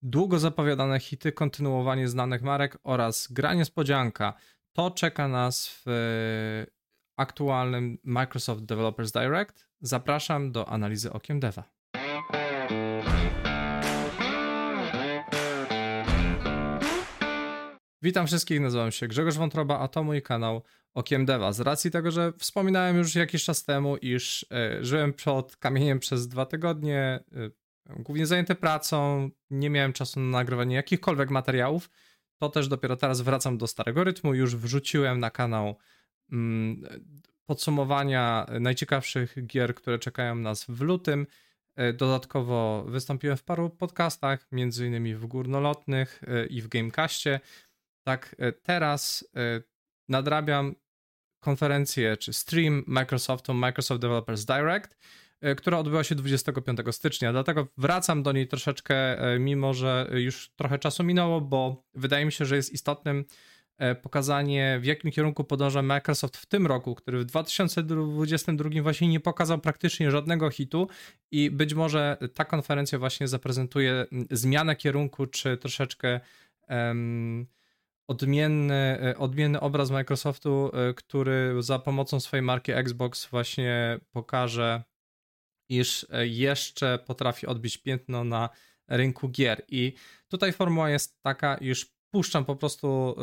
długo zapowiadane hity, kontynuowanie znanych marek oraz gra niespodzianka. To czeka nas w aktualnym Microsoft Developers Direct. Zapraszam do analizy Okiem Deva. Witam wszystkich, nazywam się Grzegorz Wątroba, a to mój kanał Okiem Deva. Z racji tego, że wspominałem już jakiś czas temu, iż żyłem pod kamieniem przez 2 tygodnie, głównie zajęty pracą, nie miałem czasu na nagrywanie jakichkolwiek materiałów, to też dopiero teraz wracam do starego rytmu. Już wrzuciłem na kanał podsumowania najciekawszych gier, które czekają nas w lutym. Dodatkowo wystąpiłem w paru podcastach, m.in. w Górnolotnych i w Gamecastie. Tak, teraz nadrabiam konferencję czy stream Microsoftu, Microsoft Developers Direct, która odbyła się 25 stycznia, dlatego wracam do niej troszeczkę, mimo że już trochę czasu minęło, bo wydaje mi się, że jest istotnym pokazanie, w jakim kierunku podąża Microsoft w tym roku, który w 2022 właśnie nie pokazał praktycznie żadnego hitu i być może ta konferencja właśnie zaprezentuje zmianę kierunku, czy troszeczkę odmienny obraz Microsoftu, który za pomocą swojej marki Xbox właśnie pokaże, iż jeszcze potrafi odbić piętno na rynku gier. I tutaj formuła jest taka, iż puszczam po prostu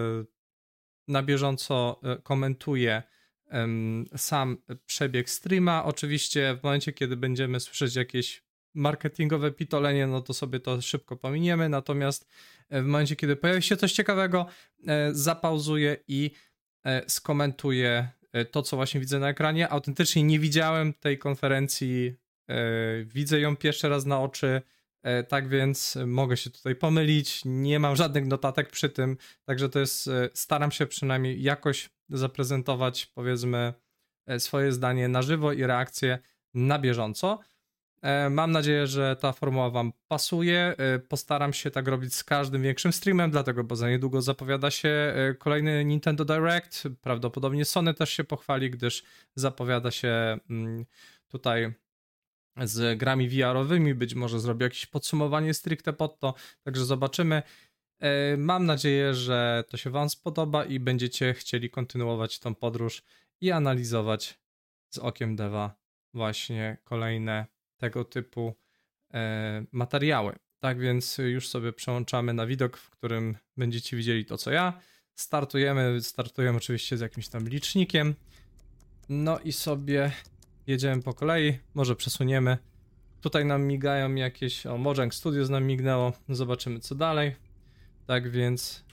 na bieżąco, komentuję sam przebieg streama. Oczywiście w momencie, kiedy będziemy słyszeć jakieś marketingowe pitolenie, no to sobie to szybko pominiemy, natomiast w momencie, kiedy pojawi się coś ciekawego, zapauzuję i skomentuję to, co właśnie widzę na ekranie. Autentycznie nie widziałem tej konferencji, widzę ją pierwszy raz na oczy, tak więc mogę się tutaj pomylić, nie mam żadnych notatek przy tym, także to jest, staram się przynajmniej jakoś zaprezentować, powiedzmy, swoje zdanie na żywo i reakcje na bieżąco. Mam nadzieję, że ta formuła wam pasuje. Postaram się tak robić z każdym większym streamem, dlatego, bo za niedługo zapowiada się kolejny Nintendo Direct. Prawdopodobnie Sony też się pochwali, gdyż zapowiada się tutaj z grami VR-owymi. Być może zrobię jakieś podsumowanie stricte pod to, także zobaczymy. Mam nadzieję, że to się wam spodoba i będziecie chcieli kontynuować tą podróż i analizować z Okiem Deva właśnie kolejne tego typu materiały. Tak więc już sobie przełączamy na widok, w którym będziecie widzieli to, co ja. Startujemy oczywiście z jakimś tam licznikiem. No i sobie jedziemy po kolei, może przesuniemy. Tutaj nam migają jakieś, Mojang Studios nam mignęło, zobaczymy co dalej. Tak więc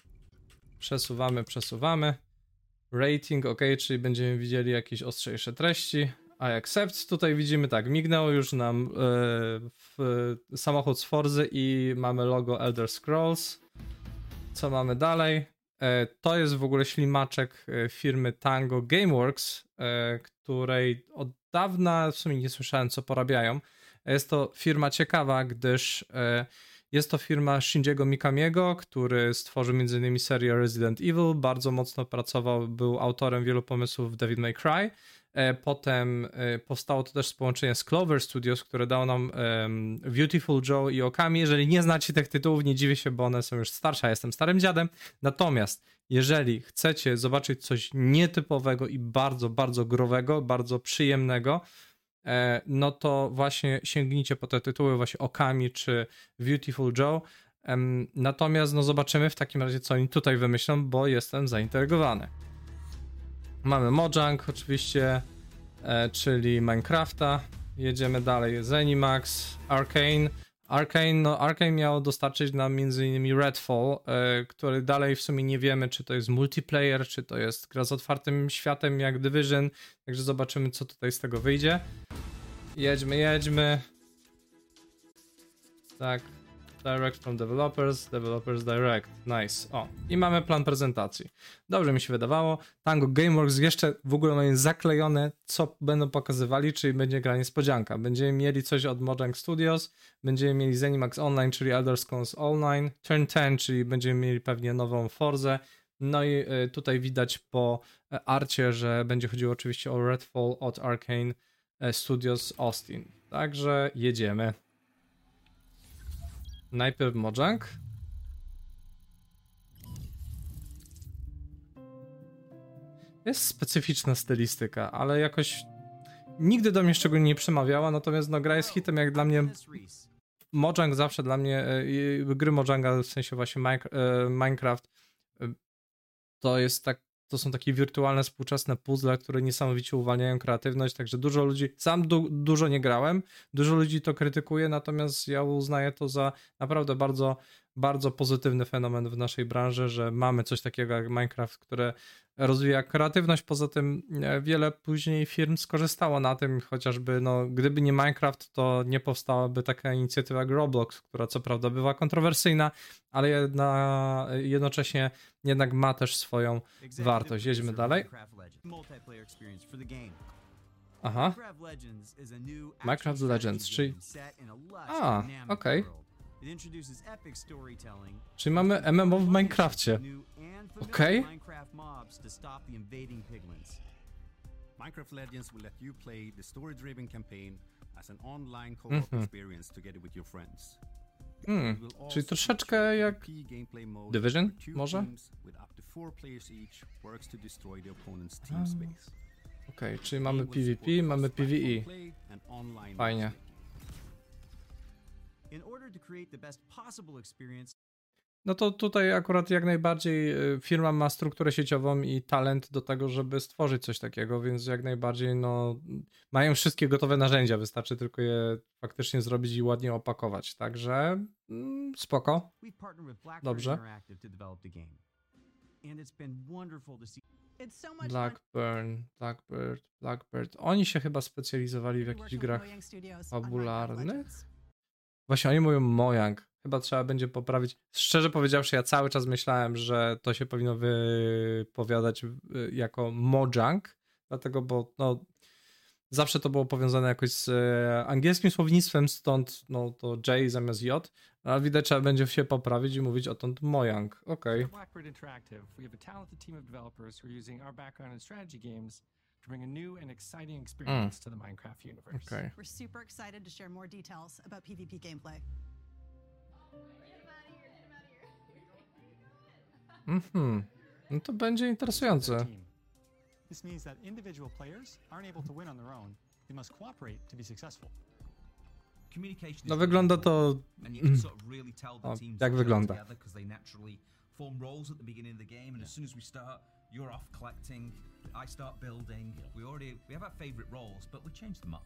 przesuwamy. Rating, ok, czyli będziemy widzieli jakieś ostrzejsze treści. I accept. Tutaj widzimy tak, mignęło już nam samochód z Forzy i mamy logo Elder Scrolls. Co mamy dalej? To jest w ogóle ślimaczek firmy Tango Gameworks, której od dawna w sumie nie słyszałem, co porabiają. Jest to firma ciekawa, gdyż jest to firma Shinjiego Mikamiego, który stworzył m.in. serię Resident Evil, bardzo mocno pracował, był autorem wielu pomysłów w Devil May Cry. Potem powstało to też z połączenia z Clover Studios, które dało nam Beautiful Joe i Okami. Jeżeli nie znacie tych tytułów, nie dziwię się, bo one są już starsze, ja jestem starym dziadem. Natomiast jeżeli chcecie zobaczyć coś nietypowego i bardzo, bardzo growego, bardzo przyjemnego, no to właśnie sięgnijcie po te tytuły, właśnie Okami czy Beautiful Joe. Natomiast no zobaczymy w takim razie, co oni tutaj wymyślą, bo jestem zaintrygowany. Mamy Mojang oczywiście, czyli Minecrafta. Jedziemy dalej. Zenimax, Arcane. Arcane miało dostarczyć nam m.in. Redfall, który dalej w sumie nie wiemy, czy to jest multiplayer, czy to jest gra z otwartym światem jak Division. Także zobaczymy, co tutaj z tego wyjdzie. Jedźmy. Tak. Direct from Developers Direct. Nice. I mamy plan prezentacji. Dobrze mi się wydawało. Tango Gameworks jeszcze w ogóle mają zaklejone, co będą pokazywali, czyli będzie gra niespodzianka. Będziemy mieli coś od Mojang Studios, będziemy mieli Zenimax Online, czyli Elder Scrolls Online, Turn 10, czyli będziemy mieli pewnie nową Forzę. No i tutaj widać po arcie, że będzie chodziło oczywiście o Redfall od Arcane Studios Austin. Także jedziemy. Najpierw Mojang. Jest specyficzna stylistyka, ale jakoś nigdy do mnie szczególnie nie przemawiała, natomiast no gra jest hitem jak dla mnie. Mojang zawsze dla mnie, gry Mojanga, w sensie właśnie Minecraft, to są takie wirtualne, współczesne puzzle, które niesamowicie uwalniają kreatywność, także dużo ludzi, sam dużo nie grałem, dużo ludzi to krytykuje, natomiast ja uznaję to za naprawdę bardzo, bardzo pozytywny fenomen w naszej branży, że mamy coś takiego jak Minecraft, które rozwija kreatywność, poza tym wiele później firm skorzystało na tym, chociażby no, gdyby nie Minecraft, to nie powstałaby taka inicjatywa jak Roblox, która co prawda bywa kontrowersyjna, ale jednocześnie jednak ma też swoją wartość. Jedźmy dalej. Aha. Minecraft Legends, czyli... okej. Czyli mamy MMO w Minecrafcie. Okej. Minecraft Legends will let you play the story-driven campaign as an online co-op experience together with your friends. Czyli troszeczkę jak Division, może? Okej, czyli mamy PvP, mamy PvE. Fajnie. No to tutaj akurat jak najbardziej firma ma strukturę sieciową i talent do tego, żeby stworzyć coś takiego, więc jak najbardziej no mają wszystkie gotowe narzędzia, wystarczy tylko je faktycznie zrobić i ładnie opakować, także spoko. Dobrze. Blackbird. Oni się chyba specjalizowali w jakichś grach fabularnych. Właśnie oni mówią Mojang. Chyba trzeba będzie poprawić. Szczerze powiedziawszy, ja cały czas myślałem, że to się powinno wypowiadać jako Mojang, dlatego, bo no, zawsze to było powiązane jakoś z angielskim słownictwem, stąd no, to J zamiast J, ale widać, trzeba będzie się poprawić i mówić odtąd Mojang. Okej. Blackbird Interactive, we have a talented team of developers who are using our background in strategy games to bring a new and exciting experience to the Minecraft universe. Okay. We're super excited to share more details about PvP gameplay. No to będzie interesujące. This means that individual players aren't able to win on their own. They must cooperate to be successful. No wygląda to... jak wygląda. Form roles at the beginning of the game, and as soon as we start, you're off collecting, I start building. We have our favorite roles, but we change them up.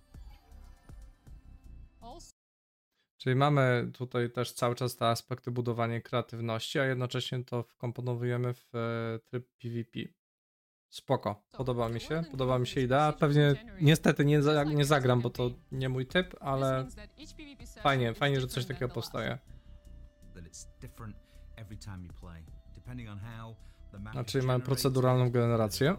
Czyli mamy tutaj też cały czas te aspekty budowania kreatywności, a jednocześnie to wkomponowujemy w tryb PvP. Spoko, podoba mi się idea. Pewnie niestety nie zagram, bo to nie mój typ, ale fajnie, że coś takiego powstaje. Znaczy mamy proceduralną generację.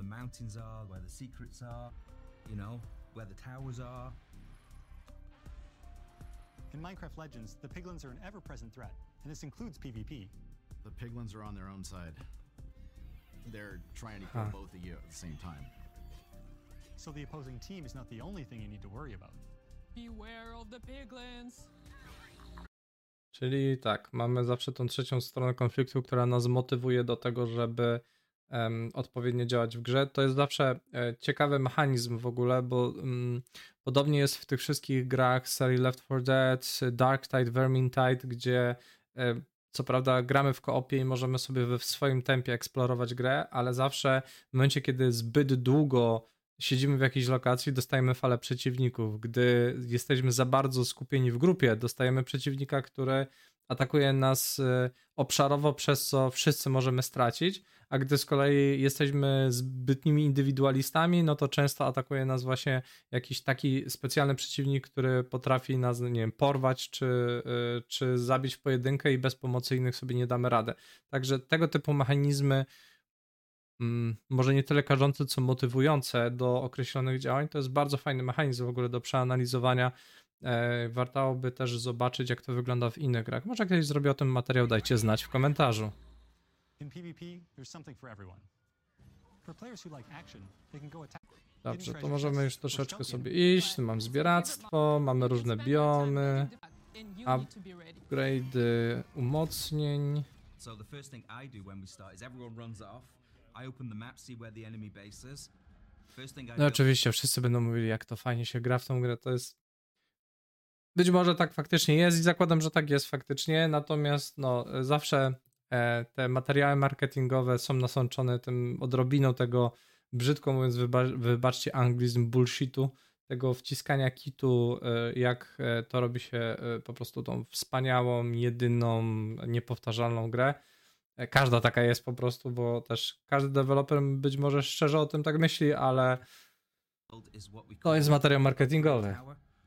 In Minecraft Legends, the piglins are an ever-present threat, and this includes PvP. The piglins are on their own side. They're trying to kill both of you at the same time. So the opposing team is not the only thing you need to worry about. Beware of the piglins. Czyli tak, mamy zawsze tą trzecią stronę konfliktu, która nas motywuje do tego, żeby odpowiednio działać w grze. To jest zawsze ciekawy mechanizm w ogóle, bo podobnie jest w tych wszystkich grach serii Left 4 Dead, Darktide, Vermintide, gdzie co prawda gramy w koopie i możemy sobie w swoim tempie eksplorować grę, ale zawsze w momencie, kiedy zbyt długo siedzimy w jakiejś lokacji, dostajemy falę przeciwników. Gdy jesteśmy za bardzo skupieni w grupie, dostajemy przeciwnika, który atakuje nas obszarowo, przez co wszyscy możemy stracić, a gdy z kolei jesteśmy zbytnimi indywidualistami, no to często atakuje nas właśnie jakiś taki specjalny przeciwnik, który potrafi nas, nie wiem, porwać czy zabić w pojedynkę i bez pomocy innych sobie nie damy rady. Także tego typu mechanizmy może nie tyle karzące, co motywujące do określonych działań, to jest bardzo fajny mechanizm w ogóle do przeanalizowania. Warto by też zobaczyć, jak to wygląda w innych grach. Może ktoś zrobi o tym materiał, dajcie znać w komentarzu. Dobrze, to możemy już troszeczkę sobie iść. Tu mam zbieractwo, mamy różne biomy. and you need to be ready. upgrade umocnień. So the first thing I do when we start is everyone runs off. I open the map, see where the enemy base is. First thing I No do. oczywiście wszyscy będą mówili, jak to fajnie się gra w tą grę, to jest... Być może tak faktycznie jest i zakładam, że tak jest faktycznie, natomiast no zawsze te materiały marketingowe są nasączone tym odrobiną tego, brzydko mówiąc, wybaczcie anglizm, bullshitu, tego wciskania kitu, jak to robi się po prostu tą wspaniałą, jedyną, niepowtarzalną grę. Każda taka jest po prostu, bo też każdy deweloper być może szczerze o tym tak myśli, ale to jest materiał marketingowy.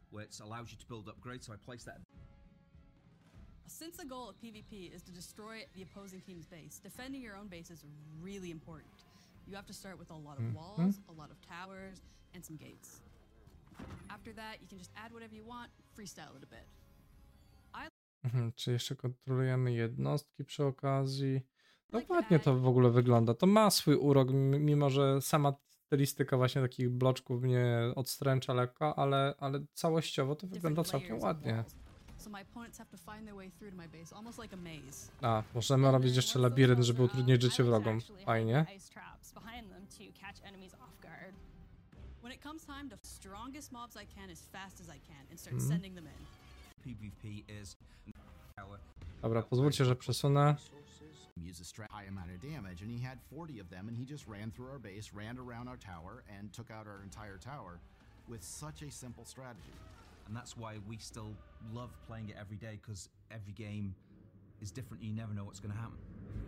Since the goal of PvP is to destroy the opposing team's base, defending your own base is really important. You have to start with a lot of walls, a lot of towers, and some gates. After that, you can just add whatever you want, freestyle it a bit. Czy jeszcze kontrolujemy jednostki przy okazji? No ładnie to w ogóle wygląda. To ma swój urok, mimo że sama stylistyka właśnie takich bloczków mnie odstręcza lekko, ale całościowo to wygląda całkiem ładnie. A, możemy robić jeszcze labirynt, żeby utrudnić życie wrogom. Fajnie. Dobra, pozwólcie, że przesunę. Use a high amount of damage, and he had 40 of them, and he just ran through our base, ran around our tower, and took out our entire tower with such a simple strategy. And that's why we still love playing it every day, because every game is different. You never know what's going to happen.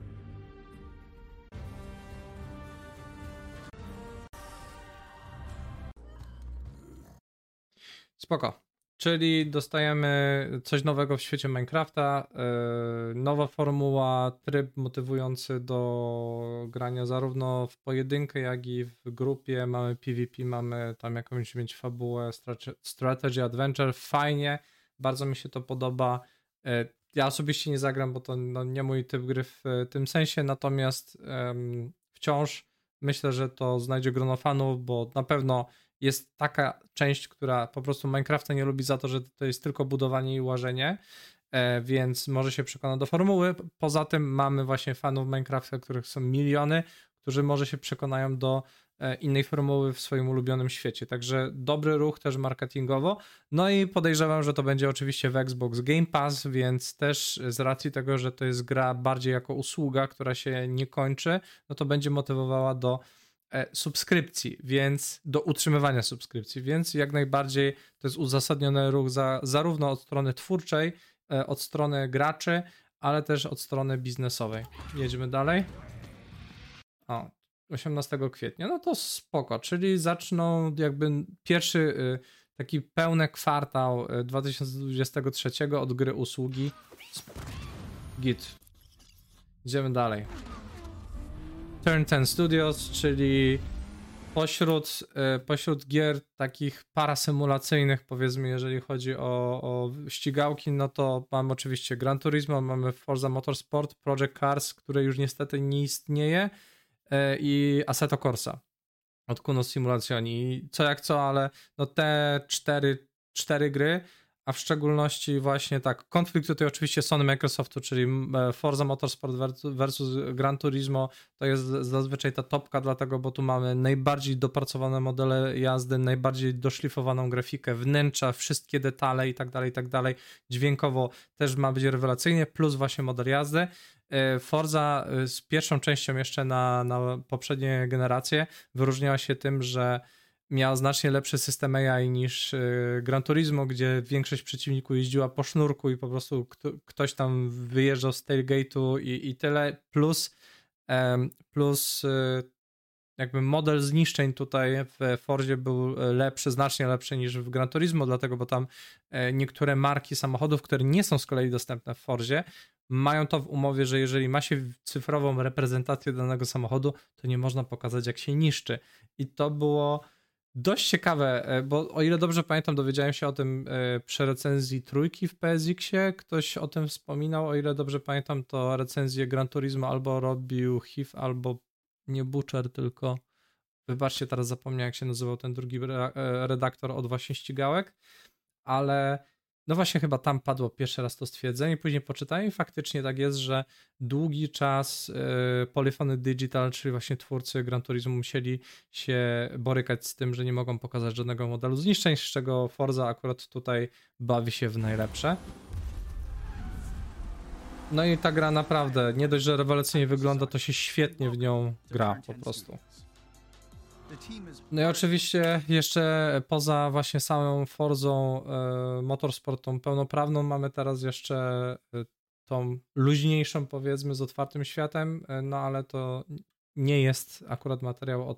Spoko. Czyli dostajemy coś nowego w świecie Minecrafta, nowa formuła, tryb motywujący do grania zarówno w pojedynkę, jak i w grupie. Mamy PvP, mamy tam jakąś mieć fabułę, strategy, adventure. Fajnie, bardzo mi się to podoba. Ja osobiście nie zagram, bo to no, nie mój typ gry w tym sensie, natomiast wciąż myślę, że to znajdzie grono fanów, bo na pewno jest taka część, która po prostu Minecrafta nie lubi za to, że to jest tylko budowanie i łażenie, więc może się przekona do formuły. Poza tym mamy właśnie fanów Minecrafta, których są miliony, którzy może się przekonają do innej formuły w swoim ulubionym świecie. Także dobry ruch też marketingowo. No i podejrzewam, że to będzie oczywiście w Xbox Game Pass, więc też z racji tego, że to jest gra bardziej jako usługa, która się nie kończy, no to będzie motywowała do subskrypcji, więc do utrzymywania subskrypcji, więc jak najbardziej to jest uzasadniony ruch zarówno od strony twórczej, od strony graczy, ale też od strony biznesowej. Jedziemy dalej. 18 kwietnia, no to spoko, czyli zaczną jakby pierwszy taki pełny kwartał 2023 od gry usługi. Git. Idziemy dalej. Turn 10 Studios, czyli pośród gier takich parasymulacyjnych, powiedzmy, jeżeli chodzi o ścigałki, no to mamy oczywiście Gran Turismo, mamy Forza Motorsport, Project Cars, które już niestety nie istnieje, i Assetto Corsa od Kuno Simulazioni. Co jak co, ale no te cztery gry, a w szczególności właśnie tak, konflikt tutaj oczywiście Sony Microsoftu, czyli Forza Motorsport versus Gran Turismo, to jest zazwyczaj ta topka, dlatego, bo tu mamy najbardziej dopracowane modele jazdy, najbardziej doszlifowaną grafikę, wnętrza, wszystkie detale i tak dalej, dźwiękowo też ma być rewelacyjnie, plus właśnie model jazdy. Forza z pierwszą częścią jeszcze na poprzednie generacje wyróżniała się tym, że miał znacznie lepszy system AI niż Gran Turismo, gdzie większość przeciwników jeździła po sznurku i po prostu ktoś tam wyjeżdżał z tailgate'u i tyle, plus jakby model zniszczeń tutaj w Forzie był lepszy, znacznie lepszy niż w Gran Turismo, dlatego, bo tam niektóre marki samochodów, które nie są z kolei dostępne w Forzie, mają to w umowie, że jeżeli ma się cyfrową reprezentację danego samochodu, to nie można pokazać, jak się niszczy. I to było dość ciekawe, bo o ile dobrze pamiętam, dowiedziałem się o tym przy recenzji trójki w PSX-ie, ktoś o tym wspominał, o ile dobrze pamiętam, to recenzję Gran Turismo albo robił Hiv, albo nie Butcher, tylko wybaczcie, teraz zapomniałem, jak się nazywał ten drugi redaktor od właśnie ścigałek, ale No właśnie chyba tam padło pierwszy raz to stwierdzenie, później poczytałem i faktycznie tak jest, że długi czas Polyphony Digital, czyli właśnie twórcy Gran Turismo, musieli się borykać z tym, że nie mogą pokazać żadnego modelu zniszczeń, z czego Forza akurat tutaj bawi się w najlepsze. No i ta gra naprawdę, nie dość, że rewelacyjnie wygląda, to się świetnie w nią gra po prostu. No i oczywiście jeszcze poza właśnie samą Forzą Motorsport, tą pełnoprawną, mamy teraz jeszcze tą luźniejszą, powiedzmy, z otwartym światem, no ale to nie jest akurat materiał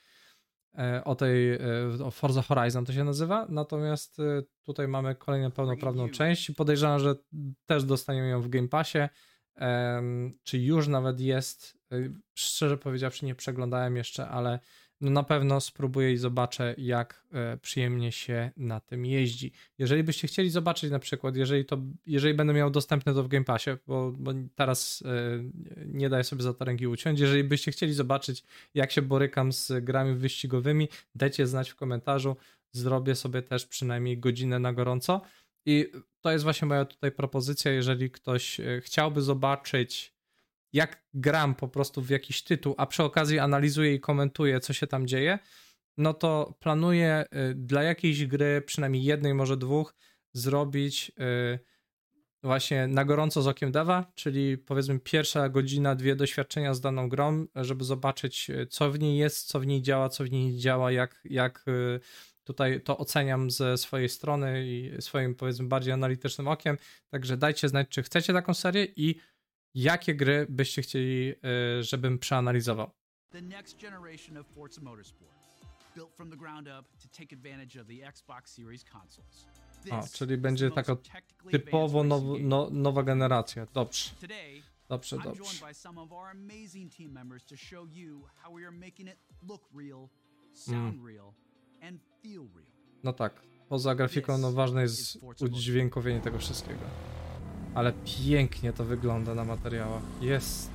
o Forza Horizon to się nazywa, natomiast tutaj mamy kolejną pełnoprawną część i podejrzewam, że też dostaniemy ją w Game Passie, czy już nawet jest, szczerze powiedziawszy nie przeglądałem jeszcze, ale no na pewno spróbuję i zobaczę, jak przyjemnie się na tym jeździ. Jeżeli byście chcieli zobaczyć na przykład, jeżeli będę miał dostępne to w Game Passie, bo teraz nie daję sobie za to ręki uciąć, jeżeli byście chcieli zobaczyć, jak się borykam z grami wyścigowymi, dajcie znać w komentarzu, zrobię sobie też przynajmniej godzinę na gorąco i to jest właśnie moja tutaj propozycja, jeżeli ktoś chciałby zobaczyć, jak gram po prostu w jakiś tytuł, a przy okazji analizuję i komentuję, co się tam dzieje, no to planuję dla jakiejś gry, przynajmniej jednej, może dwóch, zrobić właśnie na gorąco z okiem dewa, czyli powiedzmy pierwsza godzina, 2 doświadczenia z daną grą, żeby zobaczyć, co w niej jest, co w niej działa, co w niej nie działa, jak tutaj to oceniam ze swojej strony i swoim, powiedzmy, bardziej analitycznym okiem. Także dajcie znać, czy chcecie taką serię i jakie gry byście chcieli, żebym przeanalizował. The next generation of Forza Motorsport, built from the ground up to take advantage of the Xbox Series consoles. O, czyli będzie taka typowo nowa generacja. Dobrze. Dobrze, I'm dobrze. joined by some of our amazing team members to show you how we are making it look real, sound real, and feel real. No tak, poza grafiką no ważne jest udźwiękowienie tego wszystkiego. Ale pięknie to wygląda na materiałach. Jest.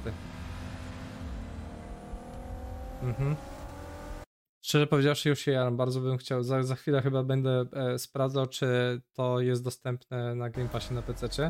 Szczerze powiedziawszy, już się jaram. Bardzo bym chciał. Za chwilę chyba będę sprawdzał, czy to jest dostępne na Game Passie na PC-cie.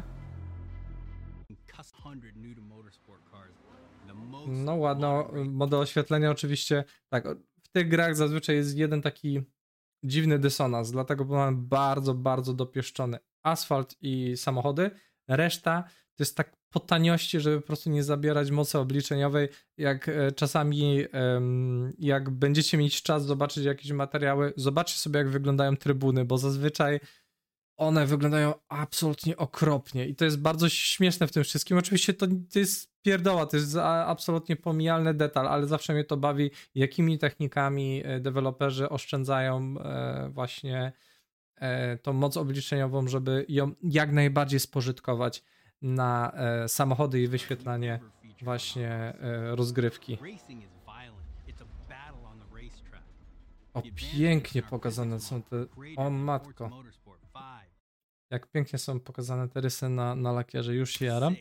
No ładne model oświetlenia oczywiście. Tak, w tych grach zazwyczaj jest jeden taki dziwny dysonans, dlatego mamy bardzo, bardzo dopieszczony asfalt i samochody. Reszta to jest tak po taniości, żeby po prostu nie zabierać mocy obliczeniowej, jak czasami jak będziecie mieć czas zobaczyć jakieś materiały, zobaczcie sobie, jak wyglądają trybuny, bo zazwyczaj one wyglądają absolutnie okropnie i to jest bardzo śmieszne w tym wszystkim. Oczywiście to jest pierdoła, to jest absolutnie pomijalny detal, ale zawsze mnie to bawi, jakimi technikami deweloperzy oszczędzają właśnie tą moc obliczeniową, żeby ją jak najbardziej spożytkować na samochody i wyświetlanie właśnie rozgrywki. O, pięknie pokazane są te... O matko. Jak pięknie są pokazane te rysy na lakierze. Już się jaram.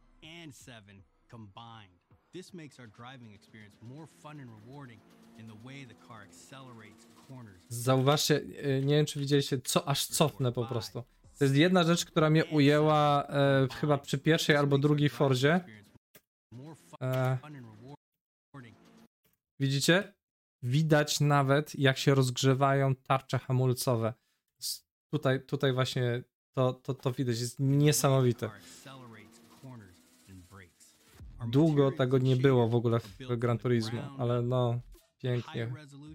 Zauważcie, nie wiem, czy widzieliście, co aż cofnę po prostu. To jest jedna rzecz, która mnie ujęła chyba przy pierwszej albo drugiej Forzie. Widzicie? Widać nawet, jak się rozgrzewają tarcze hamulcowe. Tutaj właśnie to widać, jest niesamowite. Długo tego nie było w ogóle w Gran Turismo, ale no, pięknie.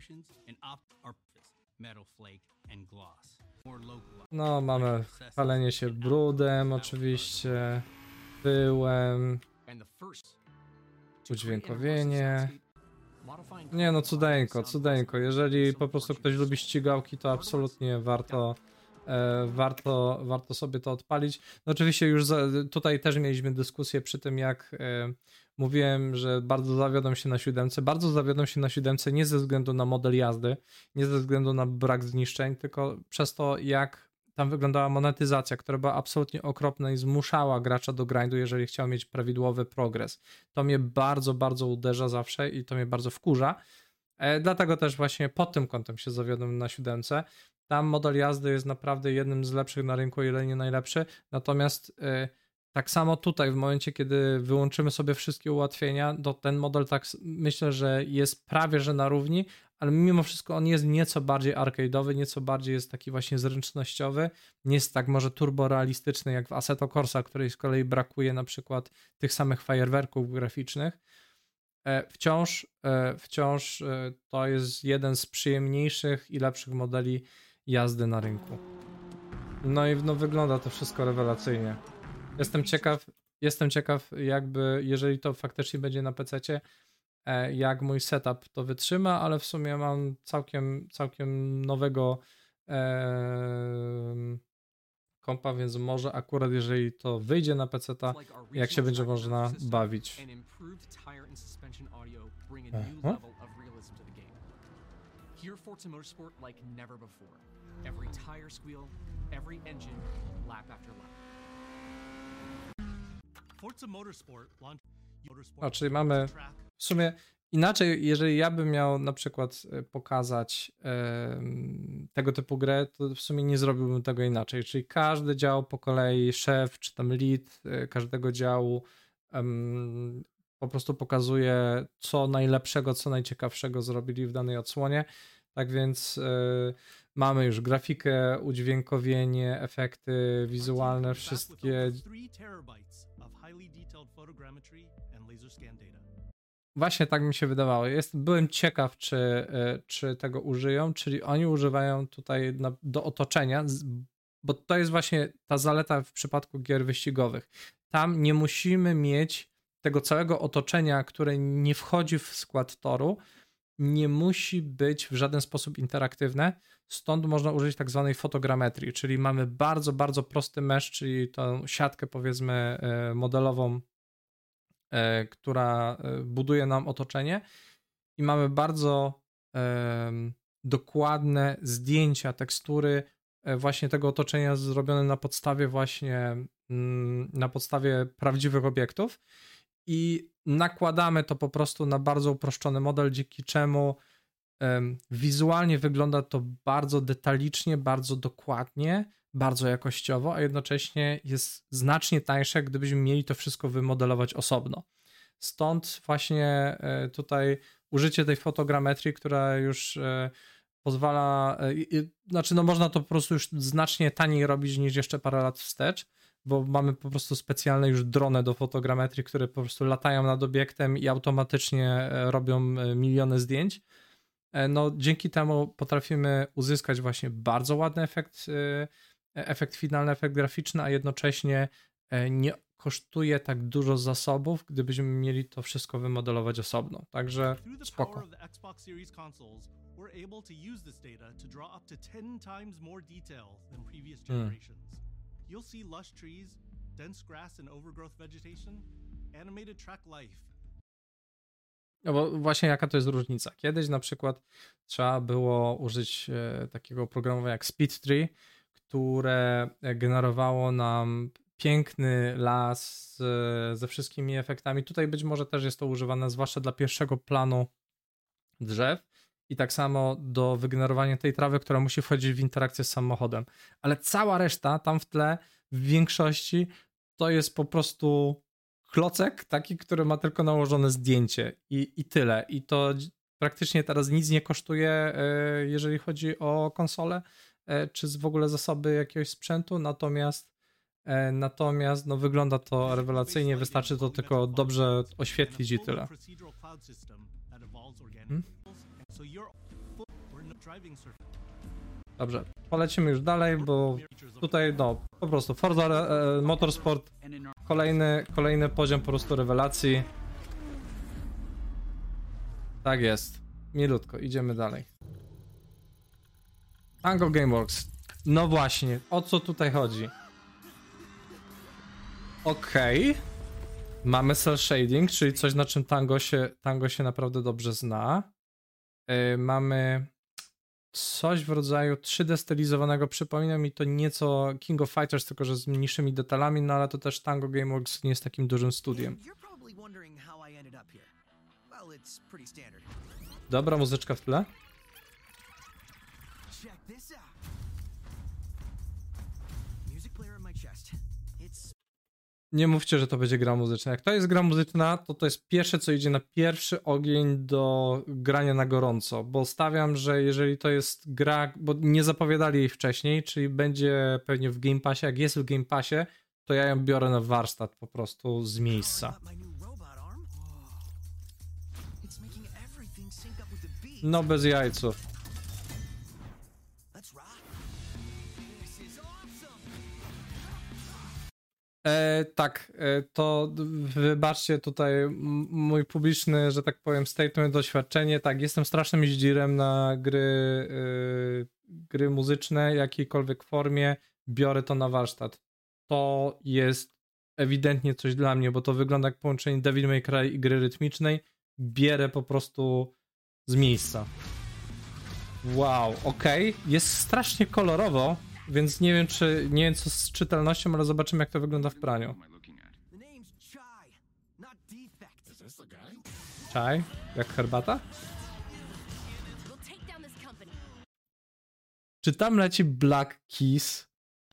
No, mamy palenie się brudem oczywiście, pyłem, udźwiękowienie. Nie no, cudeńko. Jeżeli po prostu ktoś lubi ścigałki, to absolutnie warto sobie to odpalić. No oczywiście już tutaj też mieliśmy dyskusję przy tym, jak mówiłem, że bardzo zawiodłem się na 7. Bardzo zawiodłem się na 7 nie ze względu na model jazdy, nie ze względu na brak zniszczeń, tylko przez to, jak tam wyglądała monetyzacja, która była absolutnie okropna i zmuszała gracza do grindu, jeżeli chciał mieć prawidłowy progres. To mnie bardzo, bardzo uderza zawsze i to mnie bardzo wkurza. Dlatego też właśnie pod tym kątem się zawiodłem na 7. Tam model jazdy jest naprawdę jednym z lepszych na rynku, o ile nie najlepszy. Natomiast tak samo tutaj, w momencie, kiedy wyłączymy sobie wszystkie ułatwienia, to ten model tak myślę, że jest prawie że na równi, ale mimo wszystko on jest nieco bardziej arcade'owy, nieco bardziej jest taki właśnie zręcznościowy, nie jest tak może turborealistyczny jak w Assetto Corsa, której z kolei brakuje na przykład tych samych fajerwerków graficznych. Wciąż to jest jeden z przyjemniejszych i lepszych modeli jazdy na rynku. No i wygląda to wszystko rewelacyjnie. Jestem ciekaw jakby, jeżeli to faktycznie będzie na PC-cie, jak mój setup to wytrzyma, ale w sumie mam całkiem nowego kompa, więc może akurat jeżeli to wyjdzie na PC-ta, jak się będzie można bawić. Here, Forza Motorsport like never before. Every tire squeal, every engine, lap after lap. Forza Motorsport O, czyli mamy w sumie inaczej, jeżeli ja bym miał na przykład pokazać tego typu grę, to w sumie nie zrobiłbym tego inaczej, czyli każdy dział po kolei, szef czy tam lead każdego działu po prostu pokazuje co najlepszego, co najciekawszego zrobili w danej odsłonie. Tak więc mamy już grafikę, udźwiękowienie, efekty wizualne, wszystkie. Właśnie tak mi się wydawało. Byłem ciekaw, czy tego użyją, czyli oni używają tutaj do otoczenia, bo to jest właśnie ta zaleta w przypadku gier wyścigowych. Tam nie musimy mieć tego całego otoczenia, które nie wchodzi w skład toru, nie musi być w żaden sposób interaktywne, stąd można użyć tak zwanej fotogrametrii, czyli mamy bardzo, bardzo prosty mesh, czyli tą siatkę powiedzmy modelową, która buduje nam otoczenie i mamy bardzo dokładne zdjęcia, tekstury właśnie tego otoczenia zrobione na podstawie prawdziwych obiektów i nakładamy to po prostu na bardzo uproszczony model, dzięki czemu wizualnie wygląda to bardzo detalicznie, bardzo dokładnie, bardzo jakościowo, a jednocześnie jest znacznie tańsze, gdybyśmy mieli to wszystko wymodelować osobno. Stąd właśnie tutaj użycie tej fotogrametrii, która już pozwala, znaczy no można to po prostu już znacznie taniej robić niż jeszcze parę lat wstecz, bo mamy po prostu specjalne już drony do fotogrametrii, które po prostu latają nad obiektem i automatycznie robią miliony zdjęć. No dzięki temu potrafimy uzyskać właśnie bardzo ładny efekt finalny, efekt graficzny, a jednocześnie nie kosztuje tak dużo zasobów, gdybyśmy mieli to wszystko wymodelować osobno. Także spoko. You'll see lush trees, dense grass and overgrowth vegetation, animated track life. No bo właśnie jaka to jest różnica. Kiedyś na przykład trzeba było użyć takiego oprogramowania jak SpeedTree, które generowało nam piękny las ze wszystkimi efektami. Tutaj być może też jest to używane zwłaszcza dla pierwszego planu drzew i tak samo do wygenerowania tej trawy, która musi wchodzić w interakcję z samochodem. Ale cała reszta tam w tle w większości to jest po prostu klocek taki, który ma tylko nałożone zdjęcie i tyle. I to praktycznie teraz nic nie kosztuje, jeżeli chodzi o konsolę, czy w ogóle zasoby jakiegoś sprzętu, natomiast no, wygląda to rewelacyjnie, wystarczy to tylko dobrze oświetlić i tyle. Dobrze, polecimy już dalej, bo tutaj no, po prostu Forza Motorsport, kolejny poziom po prostu rewelacji. Tak jest, milutko, idziemy dalej. Tango Gameworks, no właśnie, o co tutaj chodzi? Okej. Mamy cel shading, czyli coś, na czym Tango się naprawdę dobrze zna. Mamy coś w rodzaju 3D stylizowanego, przypomina mi to nieco King of Fighters, tylko że z mniejszymi detalami, no ale to też Tango Gameworks nie jest takim dużym studiem. Dobra muzyczka w tle. Check this out. Music player in my chest. It's Nie mówcie, że to będzie gra muzyczna. Jak to jest gra muzyczna, to jest pierwsze, co idzie na pierwszy ogień do grania na gorąco, bo stawiam, że jeżeli to jest gra, bo nie zapowiadali jej wcześniej, czyli będzie pewnie w Game Passie, jak jest w Game Passie, to ja ją biorę na warsztat po prostu z miejsca. No bez jajców. Tak, to wybaczcie tutaj mój publiczny, że tak powiem, statement, doświadczenie. Tak, jestem strasznym jeździrem na gry muzyczne, jakiejkolwiek formie. Biorę to na warsztat. To jest ewidentnie coś dla mnie, bo to wygląda jak połączenie Devil May Cry i gry rytmicznej. Bierę po prostu z miejsca. Wow, okej. Jest strasznie kolorowo. Więc nie wiem co z czytelnością, ale zobaczymy jak to wygląda w praniu. Chai? Jak herbata? Czy tam leci Black Keys?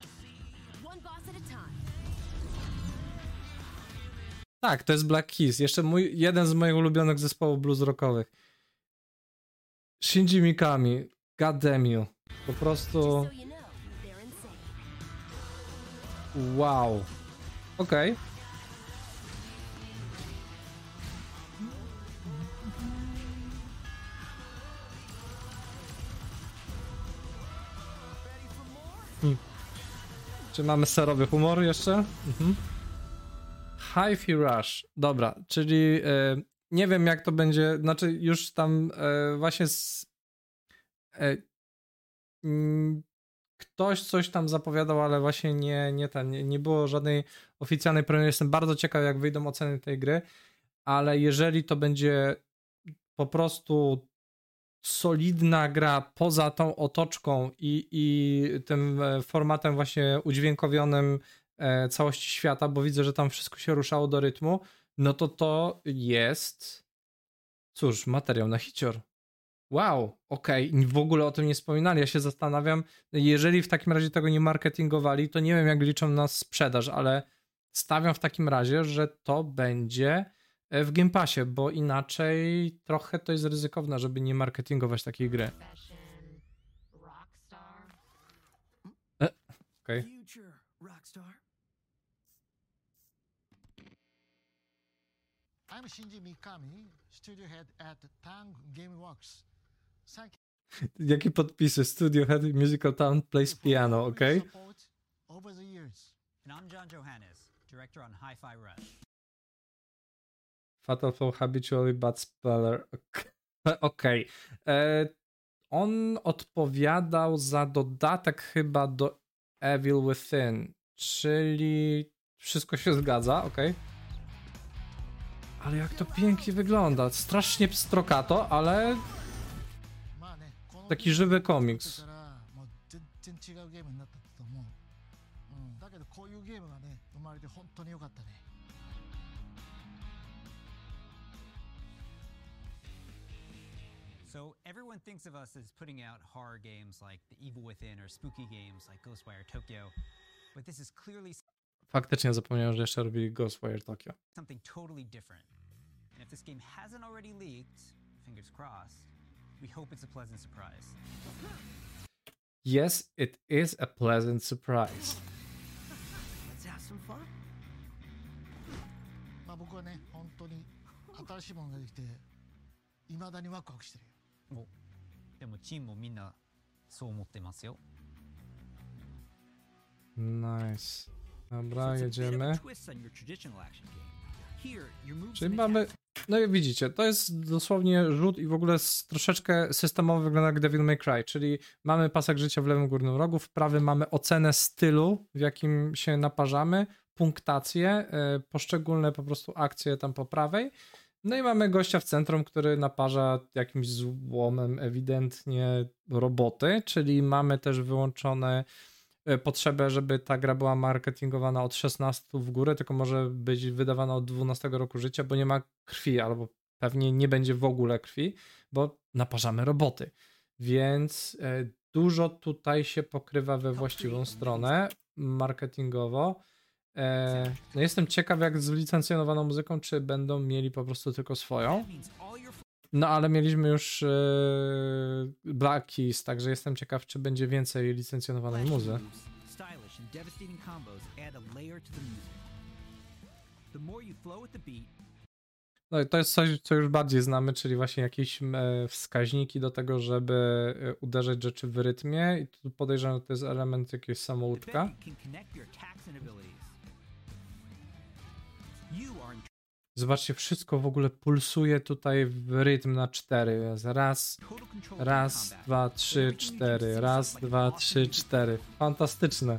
Tak, to jest Black Keys. Jeszcze jeden z moich ulubionych zespołów blues rockowych. Shinji Mikami. God damn you. Po prostu... Wow. Okej. Czy mamy serowy humor jeszcze? Hi-Fi Rush. Dobra, czyli nie wiem jak to będzie, znaczy już tam właśnie ktoś coś tam zapowiadał, ale właśnie nie było żadnej oficjalnej premiery. Jestem bardzo ciekaw, jak wyjdą oceny tej gry, ale jeżeli to będzie po prostu solidna gra poza tą otoczką i tym formatem właśnie udźwiękowionym całości świata, bo widzę, że tam wszystko się ruszało do rytmu, no to jest cóż, materiał na hicior. Wow, okej, w ogóle o tym nie wspominali. Ja się zastanawiam, jeżeli w takim razie tego nie marketingowali, to nie wiem jak liczą na sprzedaż, ale stawiam w takim razie, że to będzie w Game Passie, bo inaczej trochę to jest ryzykowne, żeby nie marketingować takiej gry. Okej. I'm Shinji Mikami, studio head at Tang Gameworks. Jakie podpisy? Studio Head Musical Town plays piano, okej? Over the years. And I'm John Johannes, director on Hi-Fi Rush. Fatal Flow Habitually Bad Speller. Okej. On odpowiadał za dodatek chyba do Evil Within, czyli wszystko się zgadza, okej? Ale jak to pięknie wygląda. Strasznie pstrokato, ale taki żywy komiks. So everyone thinks of us as putting out horror games like The Evil Within or spooky games like Ghostwire Tokyo, but this is clearly Faktycznie zapomniałem, że jeszcze robili Ghostwire Tokyo. something totally different. And if this game hasn't already leaked, fingers crossed, we hope it's a pleasant surprise. Yes, it is a pleasant surprise. Let's have some fun. まあ僕はね、本当に新しいものができて、未だにワクワクしてるよ。 お、でもチームもみんなそう思ってますよ。 Nice. Dobra, jedziemy. Twist on your traditional action game. Here, your moves Czyli and mamy... attacks No i widzicie, to jest dosłownie rzut i w ogóle troszeczkę systemowo wygląda jak Devil May Cry, czyli mamy pasek życia w lewym górnym rogu, w prawym mamy ocenę stylu, w jakim się naparzamy, punktację, poszczególne po prostu akcje tam po prawej, no i mamy gościa w centrum, który naparza jakimś złomem ewidentnie roboty, czyli mamy też wyłączone potrzebę, żeby ta gra była marketingowana od 16 w górę, tylko może być wydawana od 12 roku życia, bo nie ma krwi, albo pewnie nie będzie w ogóle krwi, bo naparzamy roboty. Więc dużo tutaj się pokrywa we właściwą stronę marketingowo. No jestem ciekaw, jak z licencjonowaną muzyką, czy będą mieli po prostu tylko swoją. No ale mieliśmy już Black Keys, także jestem ciekaw, czy będzie więcej licencjonowanej muzy. No i to jest coś, co już bardziej znamy, czyli właśnie jakieś wskaźniki do tego, żeby uderzać rzeczy w rytmie i tu podejrzewam, że to jest element jakiegoś samouczka. Zobaczcie, wszystko w ogóle pulsuje tutaj w rytm na 4. Raz, 2, 3, 4. Raz, 2, 3, 4. Fantastyczne.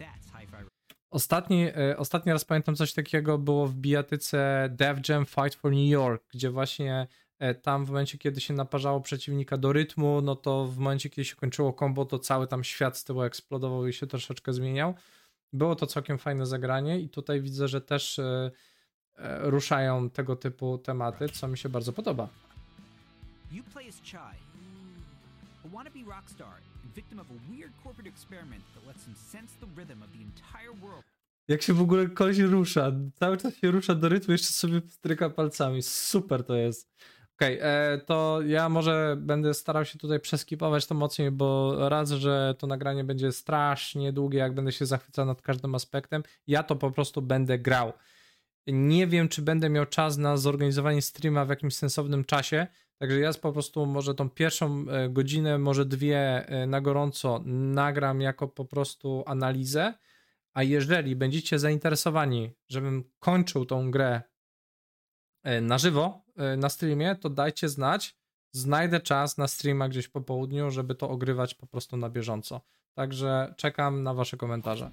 Ostatni raz pamiętam coś takiego było w bijatyce Def Jam Fight for New York, gdzie właśnie tam w momencie, kiedy się naparzało przeciwnika do rytmu, no to w momencie, kiedy się kończyło combo, to cały tam świat z tyłu eksplodował i się troszeczkę zmieniał. Było to całkiem fajne zagranie i tutaj widzę, że też ruszają tego typu tematy, co mi się bardzo podoba. You play as Chai, a wannabe rockstar and victim of a weird corporate experiment that lets him sense the rhythm of the entire world. Jak się w ogóle koleś rusza, cały czas się rusza do rytmu, jeszcze sobie stryka palcami, super to jest. Okej, to ja może będę starał się tutaj przeskipować to mocniej, bo raz, że to nagranie będzie strasznie długie, jak będę się zachwycał nad każdym aspektem, ja to po prostu będę grał. Nie wiem, czy będę miał czas na zorganizowanie streama w jakimś sensownym czasie, także ja po prostu może tą pierwszą godzinę, może 2 na gorąco nagram jako po prostu analizę, a jeżeli będziecie zainteresowani, żebym kończył tą grę na żywo na streamie, to dajcie znać, znajdę czas na streama gdzieś po południu, żeby to ogrywać po prostu na bieżąco. Także czekam na wasze komentarze.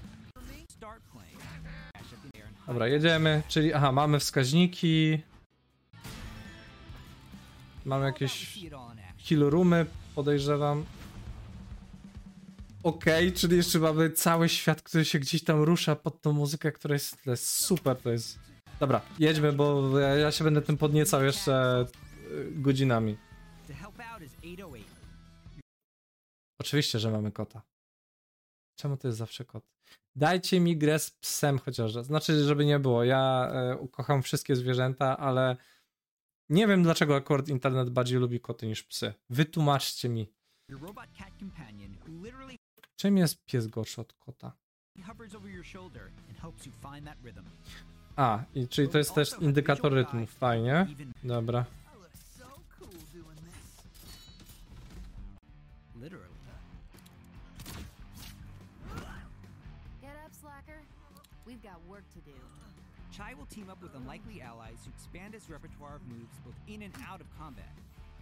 Dobra, jedziemy, czyli mamy wskaźniki, mamy jakieś kill roomy, podejrzewam. Okej, czyli jeszcze mamy cały świat, który się gdzieś tam rusza pod tą muzykę, która jest super, to jest... Dobra, jedźmy, bo ja się będę tym podniecał jeszcze godzinami. Oczywiście, że mamy kota. Czemu to jest zawsze kot? Dajcie mi grę z psem chociaż. Znaczy, żeby nie było. Ja kocham wszystkie zwierzęta, ale nie wiem, dlaczego akurat internet bardziej lubi koty niż psy. Wytłumaczcie mi. Czym jest pies gorszy od kota? Czyli to jest też indykator rytmu. Fajnie. Dobra. We've got work to do. Chai will team up with unlikely allies to expand his repertoire of moves both in and out of combat.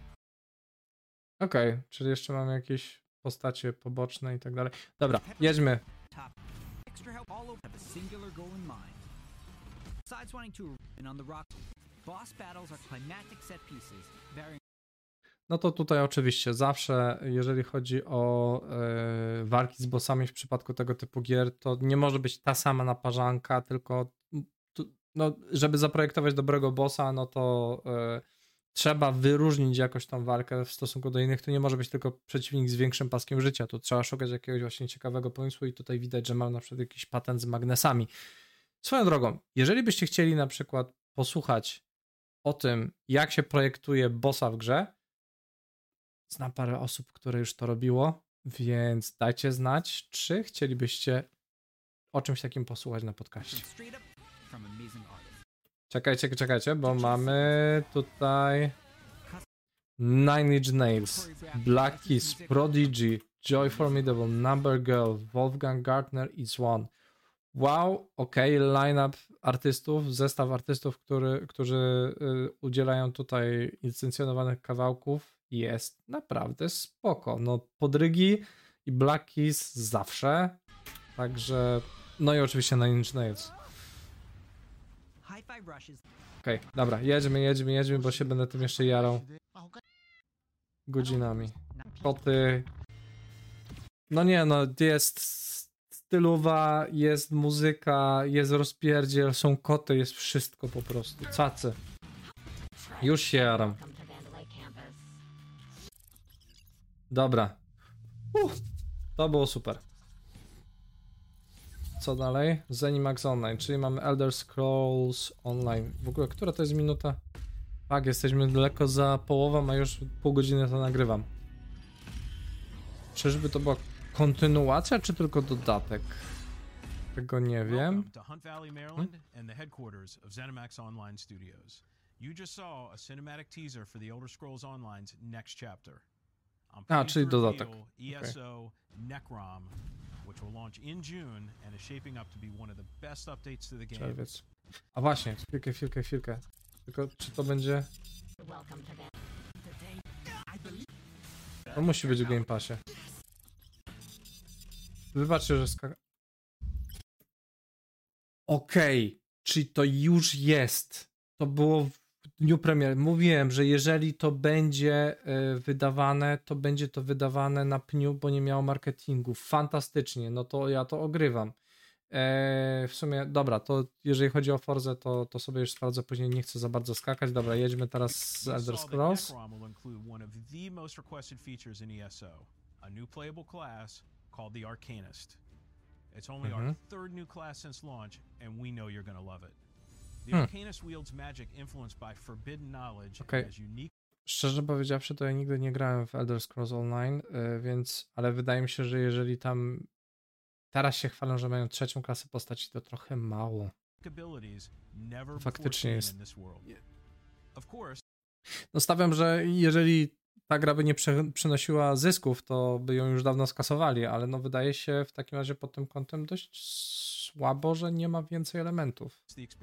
Okej, czyli jeszcze mamy jakieś postacie poboczne i tak dalej. Dobra, jedźmy. Extra help all over have a singular goal in mind. Besides wanting to win on the rock, boss battles are climatic set pieces, varying. No to tutaj oczywiście zawsze, jeżeli chodzi o walki z bossami w przypadku tego typu gier, to nie może być ta sama naparzanka, tylko no, żeby zaprojektować dobrego bossa, no to trzeba wyróżnić jakoś tą walkę w stosunku do innych. To nie może być tylko przeciwnik z większym paskiem życia. Tu trzeba szukać jakiegoś właśnie ciekawego pomysłu i tutaj widać, że mam na przykład jakiś patent z magnesami. Swoją drogą, jeżeli byście chcieli na przykład posłuchać o tym, jak się projektuje bossa w grze, znam parę osób, które już to robiło, więc dajcie znać, czy chcielibyście o czymś takim posłuchać na podcaście. Czekajcie, bo mamy tutaj Nine Inch Nails, Black Keys, Prodigy, Joy Formidable, Number Girl, Wolfgang Gartner is One. Wow, line-up artystów, zestaw artystów, którzy udzielają tutaj licencjonowanych kawałków, jest naprawdę spoko. No podrygi i Black Keys zawsze, także no i oczywiście Nine Inch Nails. Dobra, jedźmy, bo się będę tym jeszcze jarał godzinami. Koty. No nie, no jest stylowa, jest muzyka, jest rozpierdziel, są koty, jest wszystko po prostu. Cacy. Już się jaram. Dobra. To było super. Co dalej? Zenimax Online, czyli mamy Elder Scrolls Online. W ogóle, która to jest minuta? Tak, jesteśmy daleko za połową, a już pół godziny to nagrywam. Czyżby to była kontynuacja, czy tylko dodatek? Tego nie wiem. To Hunt Valley, Maryland, and the headquarters of ZeniMax Online Studios. You just saw a cinematic teaser for the Elder Scrolls Online's next chapter. Czyli dodatek. ESO Necrom, which will launch in June and is shaping up to be one of the best updates to the game. Czerwiec. A właśnie, chwilkę. Tylko czy to będzie... To musi być w Game Passie. Wybaczcie, że Okej, czyli to już jest. To było w dniu premiery. Mówiłem, że jeżeli to będzie wydawane, to będzie to wydawane na pniu, bo nie miało marketingu. Fantastycznie, no to ja to ogrywam. W sumie, dobra, to jeżeli chodzi o Forzę, to sobie już sprawdzę później, nie chcę za bardzo skakać. Dobra, jedźmy teraz z Elder Scrolls. It's only our third new class since launch, and we know you're gonna love it. The Arcanist wields magic influenced by forbidden knowledge and has unique... Szczerze powiedziawszy, to ja nigdy nie grałem w Elder Scrolls Online, więc, ale wydaje mi się, że jeżeli tam teraz się chwalą, że mają trzecią klasę postaci, to trochę mało. To faktycznie jest. No stawiam, że jeżeli ta gra by nie przynosiła zysków, to by ją już dawno skasowali, ale no wydaje się w takim razie pod tym kątem dość słabo, że nie ma więcej elementów.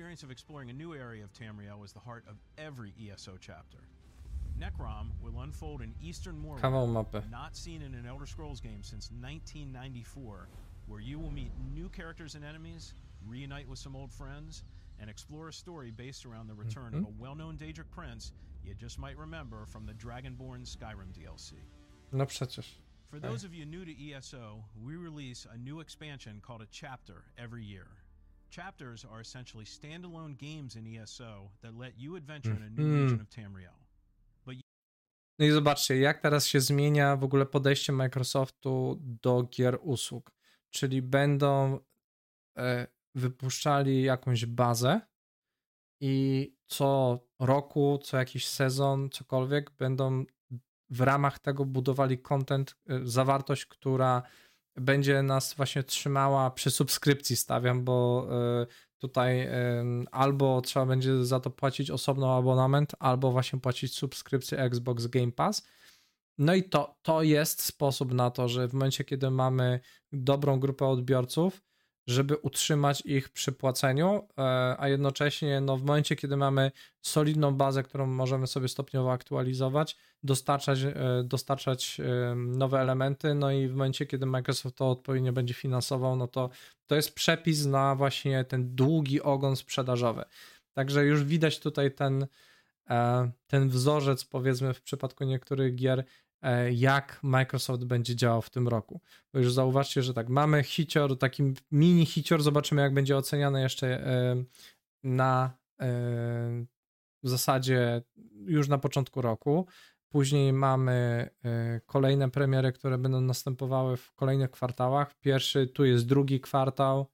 Kawał mapy. Not seen in an Elder Scrolls game since 1994, where you will meet new characters and enemies, reunite with some old friends, and explore a story based around the return of a well-known Daedric prince you just might remember from the Dragonborn Skyrim DLC. No przecież. For those of you new to ESO, we release a new expansion called a chapter every year. Chapters are essentially standalone games in ESO that let you adventure in a new region of Tamriel. No i zobaczcie, jak teraz się zmienia w ogóle podejście Microsoftu do gier usług. Czyli będą wypuszczali jakąś bazę i co roku, co jakiś sezon, cokolwiek, będą w ramach tego budowali content, zawartość, która będzie nas właśnie trzymała przy subskrypcji, stawiam, bo tutaj albo trzeba będzie za to płacić osobno abonament, albo właśnie płacić subskrypcję Xbox Game Pass. No i to jest sposób na to, że w momencie, kiedy mamy dobrą grupę odbiorców, żeby utrzymać ich przy płaceniu, a jednocześnie no, w momencie, kiedy mamy solidną bazę, którą możemy sobie stopniowo aktualizować, dostarczać nowe elementy, no i w momencie, kiedy Microsoft to odpowiednio będzie finansował, no to jest przepis na właśnie ten długi ogon sprzedażowy. Także już widać tutaj ten wzorzec, powiedzmy w przypadku niektórych gier, jak Microsoft będzie działał w tym roku. Bo już zauważcie, że tak, mamy hicior, taki mini hicior, zobaczymy jak będzie oceniany jeszcze w zasadzie już na początku roku. Później mamy kolejne premiery, które będą następowały w kolejnych kwartałach. Tu jest drugi kwartał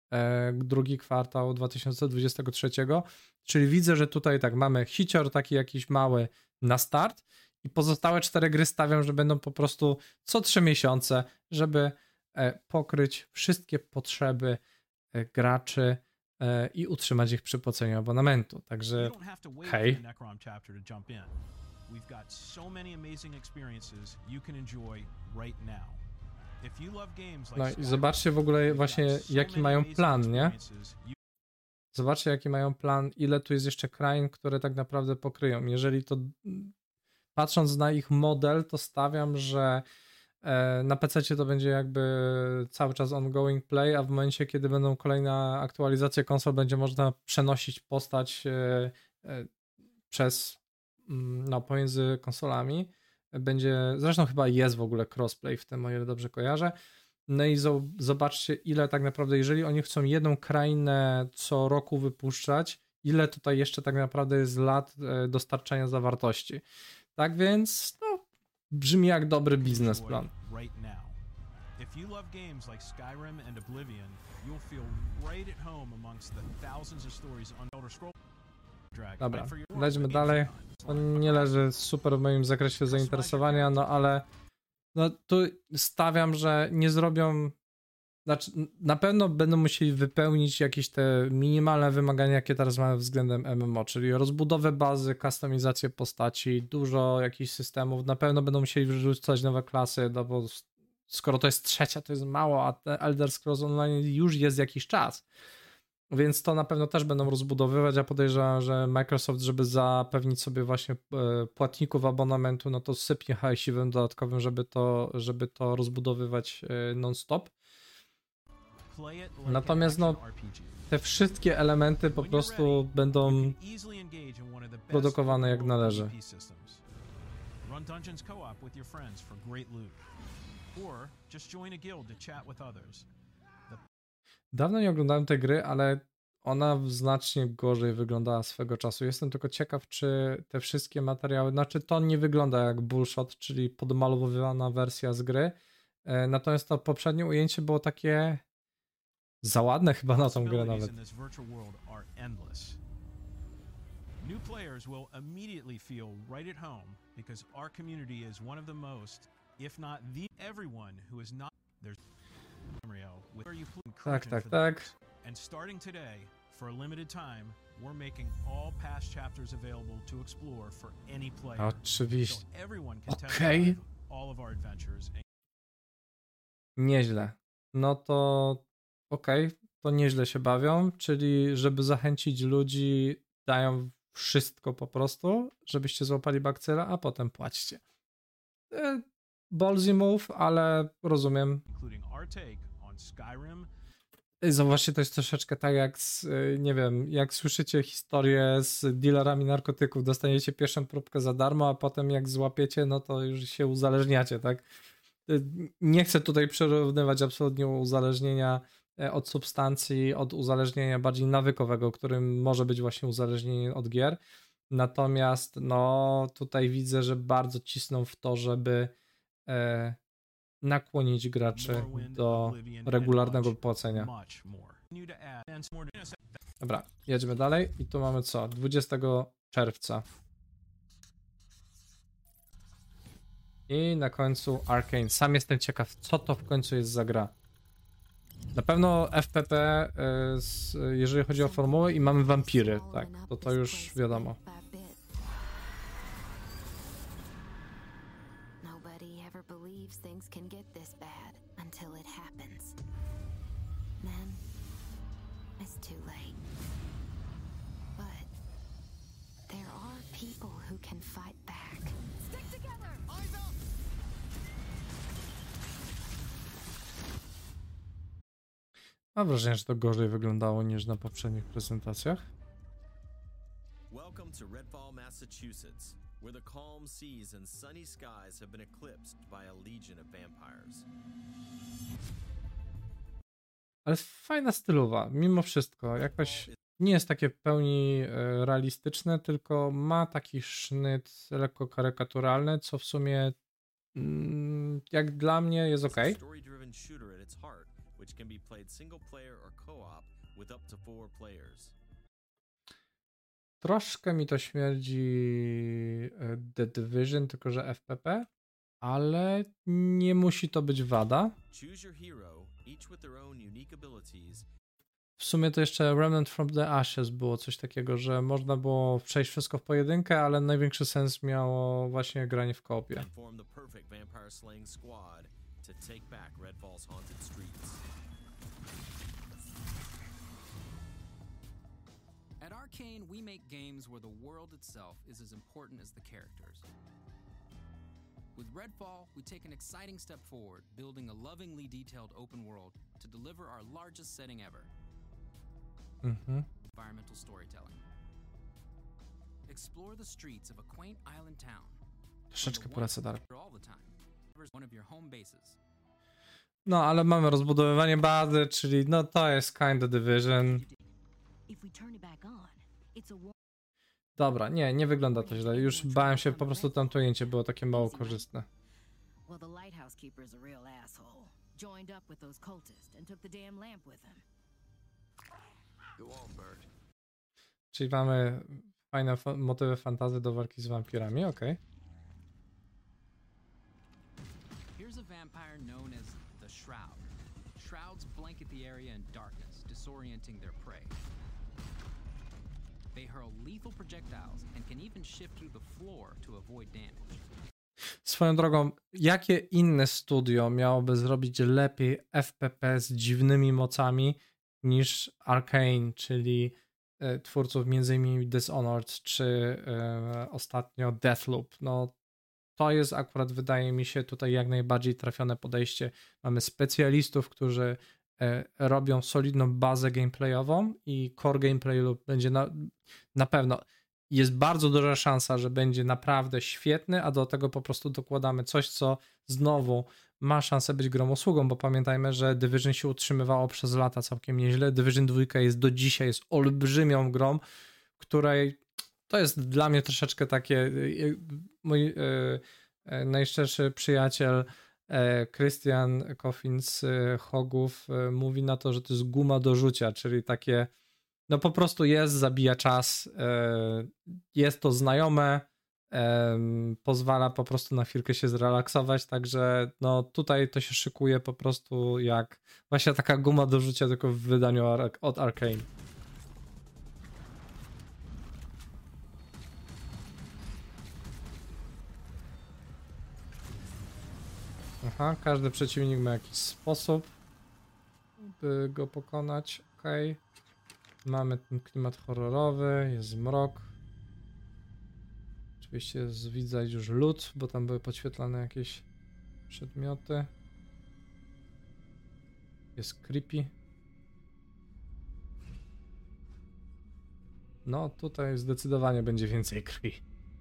2023, czyli widzę, że tutaj tak, mamy hicior taki jakiś mały na start, i pozostałe 4 gry stawiam, że będą po prostu co 3 miesiące, żeby pokryć wszystkie potrzeby graczy i utrzymać ich przy płaceniu abonamentu. Także hej. No i zobaczcie w ogóle właśnie jaki mają plan, nie? Zobaczcie jaki mają plan, ile tu jest jeszcze krain, które tak naprawdę pokryją. Jeżeli to patrząc na ich model, to stawiam, że na PC to będzie jakby cały czas ongoing play, a w momencie, kiedy będą kolejne aktualizacje konsol, będzie można przenosić postać pomiędzy konsolami. Zresztą chyba jest w ogóle crossplay w tym, o ile dobrze kojarzę. No i zobaczcie, ile tak naprawdę, jeżeli oni chcą jedną krainę co roku wypuszczać, ile tutaj jeszcze tak naprawdę jest lat dostarczania zawartości. Tak więc, no, brzmi jak dobry biznesplan. If you love games like Skyrim and Oblivion, you'll feel right at home amongst the thousands of stories on Elder Scrolls. Dobra, lećmy dalej. To nie leży super w moim zakresie zainteresowania, no ale no tu stawiam, że nie zrobią, znaczy na pewno będą musieli wypełnić jakieś te minimalne wymagania, jakie teraz mamy względem MMO, czyli rozbudowę bazy, kustomizację postaci, dużo jakichś systemów, na pewno będą musieli wrzucać nowe klasy, no bo skoro to jest trzecia, to jest mało, a Elder Scrolls Online już jest jakiś czas. Więc to na pewno też będą rozbudowywać, a podejrzewam, że Microsoft, żeby zapewnić sobie właśnie płatników abonamentu, no to sypnie hajsiwym dodatkowym, żeby to rozbudowywać non-stop. Natomiast no, te wszystkie elementy po prostu będą produkowane jak należy. Run dungeons co-op with your friends for great loot. Or just join a guild to chat with others. Dawno nie oglądałem tej gry, ale ona znacznie gorzej wyglądała swego czasu. Jestem tylko ciekaw, czy te wszystkie materiały, znaczy to nie wygląda jak bullshot, czyli podmalowywana wersja z gry. Natomiast to poprzednie ujęcie było takie za ładne chyba na tą grę nawet. New players will immediately feel right at home because our community is one of the most, if not the everyone who is not there's Tak. And starting today, for a limited time, we're making all past chapters available to explore for any player. Oczywiście. So everyone can test drive all of our adventures. Nieźle. No to to nieźle się bawią, czyli żeby zachęcić ludzi, dają wszystko po prostu, żebyście złapali bakcyla, a potem płaćcie. Ballsy move, ale rozumiem. Zobaczcie, to jest troszeczkę tak jak nie wiem, jak słyszycie historię z dealerami narkotyków, dostaniecie pierwszą próbkę za darmo, a potem jak złapiecie, no to już się uzależniacie, tak? Nie chcę tutaj przyrównywać absolutnie uzależnienia od substancji, od uzależnienia bardziej nawykowego, którym może być właśnie uzależnienie od gier. Natomiast no tutaj widzę, że bardzo cisną w to, żeby nakłonić graczy do regularnego płacenia. Dobra, jedziemy dalej i tu mamy co? 20 czerwca. I na końcu Arcane. Sam jestem ciekaw, co to w końcu jest za gra. Na pewno FPP, jeżeli chodzi o formułę, i mamy wampiry, tak, to już wiadomo. Mam wrażenie, że to gorzej wyglądało niż na poprzednich prezentacjach. Welcome to Redfall, Massachusetts, where the calm seas and sunny skies have been eclipsed by a legion of vampires. Ale fajna stylowa, mimo wszystko. Jakoś nie jest takie w pełni realistyczne, tylko ma taki sznyt lekko karykaturalny, co w sumie jak dla mnie jest ok. Which can be played single player or co-op with up to 4 players. Troszkę mi to śmierdzi The Division, tylko że FPP, ale nie musi to być wada. Choose your hero, each with their own unique abilities. W sumie to jeszcze Remnant from the Ashes było coś takiego, że można było przejść wszystko w pojedynkę, ale największy sens miało właśnie granie w koopie. At Arcane, we make games where the world itself is as important as the characters. With Redfall, we take an exciting step forward, building a lovingly detailed open world to deliver our largest setting ever. Environmental storytelling. Explore the streets of a quaint island town. Troszeczkę polecę dalej. One of your home bases. No, ale mamy rozbudowywanie bazy, czyli no to jest kinda Division. Dobra, nie wygląda to źle. Już bałem się, po prostu tamto ujęcie było takie mało korzystne. Well, the lighthouse keeper is a real asshole. Joined up with those cultists and took the damn lamp with him. Go on, Bert. Czyli mamy fajne motywy fantasy do walki z wampirami, okej. Here's a vampire known as the Shroud. Shrouds blanket the area in darkness, disorienting their prey. They hurl lethal projectiles and can even shift through the floor to avoid damage. Swoją drogą, jakie inne studio miałoby zrobić lepiej FPP z dziwnymi mocami niż Arcane, czyli twórców m.in. Dishonored, czy ostatnio Deathloop? No, to jest akurat, wydaje mi się, tutaj jak najbardziej trafione podejście. Mamy specjalistów, którzy robią solidną bazę gameplayową i core gameplayu będzie na pewno. Jest bardzo duża szansa, że będzie naprawdę świetny, a do tego po prostu dokładamy coś, co znowu ma szansę być grą usługą, bo pamiętajmy, że Division się utrzymywało przez lata całkiem nieźle. Division 2 jest do dzisiaj, jest olbrzymią grą, której to jest dla mnie troszeczkę takie, mój najszczerszy przyjaciel Christian Coffin z Hogów mówi na to, że to jest guma do rzucia, czyli takie no po prostu jest, zabija czas, jest to znajome, pozwala po prostu na chwilkę się zrelaksować, także no tutaj to się szykuje po prostu jak właśnie taka guma do rzucia, tylko w wydaniu od Arcane. Aha, każdy przeciwnik ma jakiś sposób, by go pokonać, okej. Mamy ten klimat horrorowy, jest mrok. Oczywiście jest widać już lód, bo tam były podświetlane jakieś przedmioty. Jest creepy. No tutaj zdecydowanie będzie więcej krwi.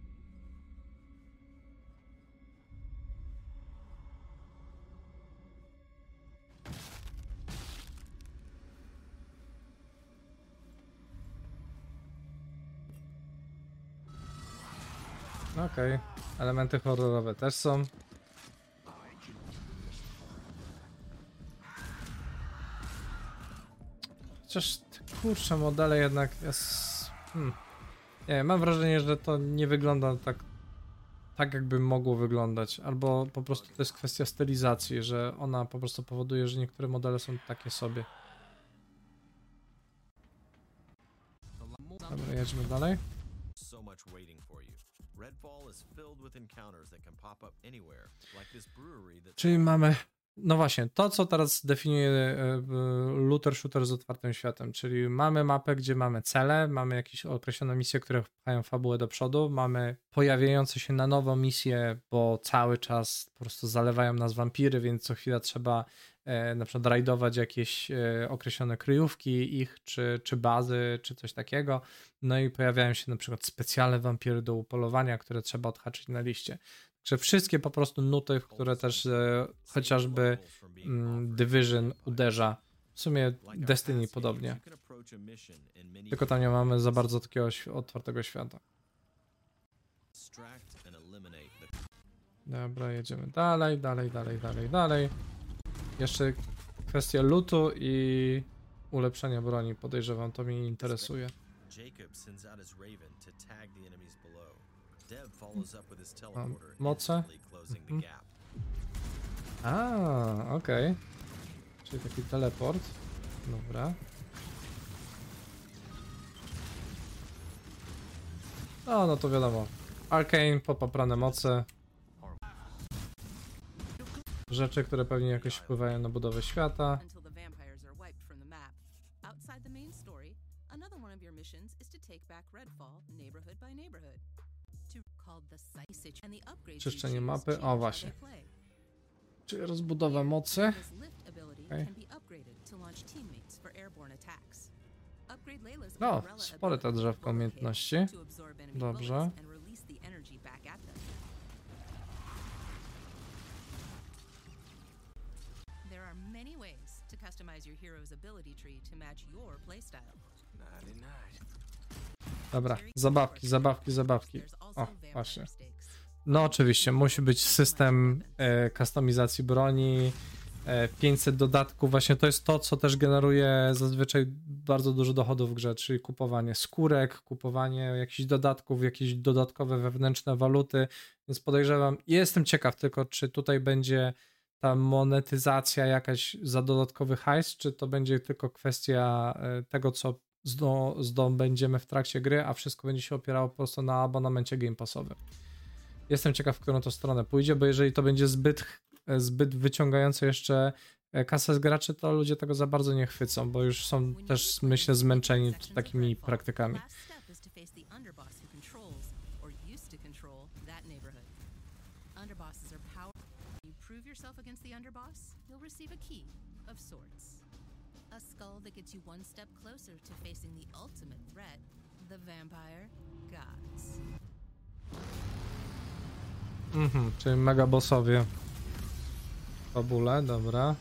Okej, elementy horrorowe też są. Chociaż kurczę, modele jednak jest... Nie, mam wrażenie, że to nie wygląda tak jakby mogło wyglądać. Albo po prostu to jest kwestia stylizacji, że ona po prostu powoduje, że niektóre modele są takie sobie. Dobra, jedźmy dalej. Czyli mamy, no właśnie, to co teraz definiuje looter shooter z otwartym światem, czyli mamy mapę, gdzie mamy cele, mamy jakieś określone misje, które wpchają fabułę do przodu, mamy pojawiające się na nowo misje, bo cały czas po prostu zalewają nas wampiry, więc co chwila trzeba na przykład rajdować jakieś określone kryjówki ich, czy bazy, czy coś takiego. No i pojawiają się na przykład specjalne wampiry do upolowania, które trzeba odhaczyć na liście. Także wszystkie po prostu nuty, w które też chociażby Division uderza. W sumie Destiny podobnie. Tylko tam nie mamy za bardzo takiego otwartego świata. Dobra, jedziemy dalej. Jeszcze kwestia lootu i ulepszenia broni, podejrzewam, to mnie interesuje. Moce? Okej. Czyli taki teleport. Dobra. No to wiadomo. Arcane, popaprane moce. Rzeczy, które pewnie jakoś wpływają na budowę świata. Czyszczenie mapy. O właśnie. Czyli rozbudowa mocy. Okay. No, spore ta drzewka umiejętności. Dobrze. Dobra, zabawki. O, właśnie. No oczywiście, musi być system kustomizacji broni, 500 dodatków, właśnie to jest to, co też generuje zazwyczaj bardzo dużo dochodów w grze, czyli kupowanie skórek, kupowanie jakichś dodatków, jakieś dodatkowe wewnętrzne waluty, więc podejrzewam, jestem ciekaw tylko, czy tutaj będzie ta monetyzacja jakaś za dodatkowy hajs, czy to będzie tylko kwestia tego, co zdobędziemy w trakcie gry, a wszystko będzie się opierało po prostu na abonamencie Game Passowym. Jestem ciekaw, w którą to stronę pójdzie, bo jeżeli to będzie zbyt wyciągające jeszcze kasę z graczy, to ludzie tego za bardzo nie chwycą, bo już są też, myślę, zmęczeni takimi praktykami. A skull that gets you one step closer to facing the ultimate threat, the vampire gods. Czyli mega bossowie w fabule, dobra.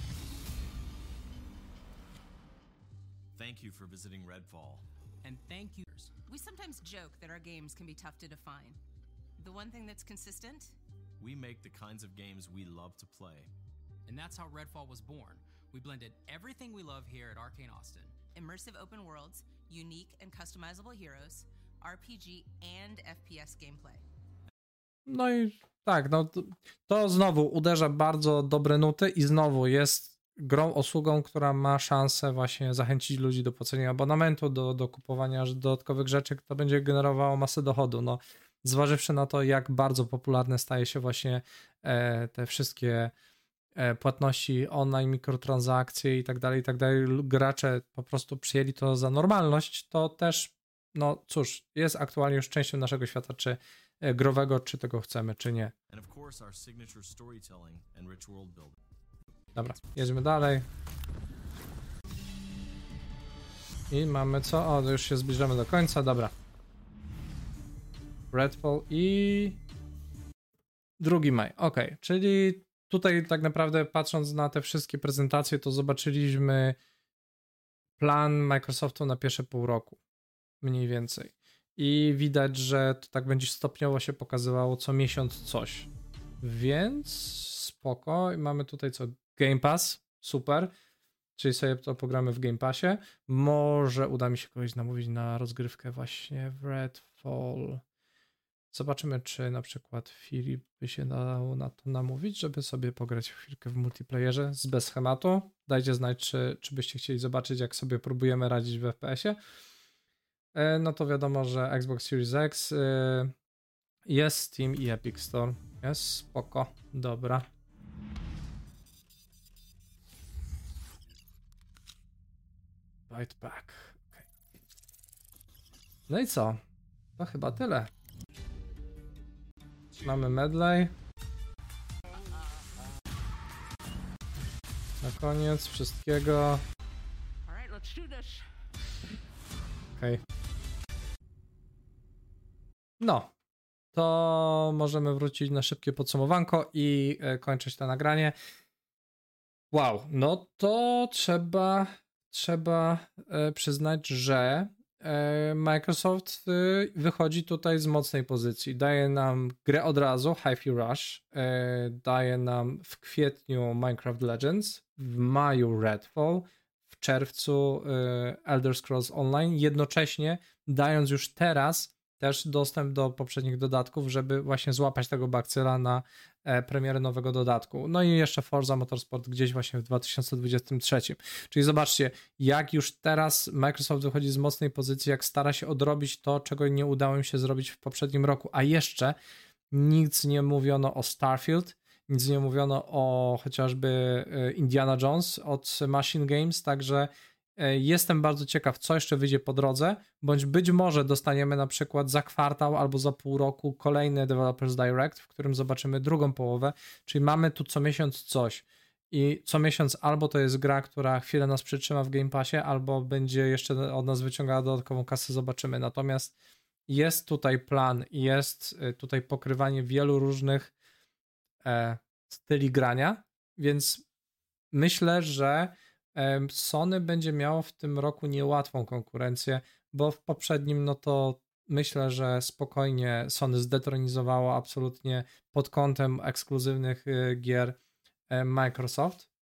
Thank you for visiting Redfall. And thank you. We sometimes joke that our games can be tough to define. The one thing that's consistent? We make the kinds of games we love to play. And that's how Redfall was born. We blended everything we love here at Arcane Austin. Immersive open worlds, unique and customizable heroes, RPG and FPS gameplay. No i tak, no to znowu uderza bardzo dobre nuty i znowu jest grą, usługą, która ma szansę właśnie zachęcić ludzi do płacenia abonamentu, do kupowania dodatkowych rzeczy, to będzie generowało masę dochodu. No, zważywszy na to, jak bardzo popularne staje się właśnie te wszystkie płatności online, mikrotransakcje i tak dalej, gracze po prostu przyjęli to za normalność, to też, no cóż, jest aktualnie już częścią naszego świata, czy growego, czy tego chcemy, czy nie. Dobra, jedziemy dalej. I mamy co? O, już się zbliżamy do końca, dobra. Redfall i 2 maj, ok, czyli tutaj tak naprawdę patrząc na te wszystkie prezentacje, to zobaczyliśmy plan Microsoftu na pierwsze pół roku, mniej więcej. I widać, że to tak będzie stopniowo się pokazywało co miesiąc coś. Więc spoko. I mamy tutaj co? Game Pass, super. Czyli sobie to pogramy w Game Passie. Może uda mi się kogoś namówić na rozgrywkę właśnie w Redfall. Zobaczymy, czy na przykład Filip by się dał na to namówić, żeby sobie pograć chwilkę w multiplayerze bez schematu. Dajcie znać, czy byście chcieli zobaczyć, jak sobie próbujemy radzić w FPS-ie. No to wiadomo, że Xbox Series X jest Steam i Epic Store. Jest spoko, dobra. Bite back. Okay. No i co? To chyba tyle. Mamy medley. Na koniec wszystkiego. Okej. No. To możemy wrócić na szybkie podsumowanko i kończyć to nagranie. Wow. No to trzeba przyznać, że Microsoft wychodzi tutaj z mocnej pozycji. Daje nam grę od razu, Hi-Fi Rush, daje nam w kwietniu Minecraft Legends, w maju Redfall, w czerwcu Elder Scrolls Online, jednocześnie dając już teraz też dostęp do poprzednich dodatków, żeby właśnie złapać tego bakcyla na premierę nowego dodatku. No i jeszcze Forza Motorsport gdzieś właśnie w 2023. Czyli zobaczcie, jak już teraz Microsoft wychodzi z mocnej pozycji, jak stara się odrobić to, czego nie udało im się zrobić w poprzednim roku, a jeszcze nic nie mówiono o Starfield, nic nie mówiono o chociażby Indiana Jones od Machine Games, także jestem bardzo ciekaw, co jeszcze wyjdzie po drodze, bądź być może dostaniemy na przykład za kwartał albo za pół roku kolejny Developers Direct, w którym zobaczymy drugą połowę, czyli mamy tu co miesiąc coś i co miesiąc albo to jest gra, która chwilę nas przytrzyma w Game Passie, albo będzie jeszcze od nas wyciągała dodatkową kasę, zobaczymy. Natomiast jest tutaj plan, jest tutaj pokrywanie wielu różnych styli grania, więc myślę, że Sony będzie miało w tym roku niełatwą konkurencję, bo w poprzednim no to myślę, że spokojnie Sony zdetronizowało absolutnie pod kątem ekskluzywnych gier Microsoft,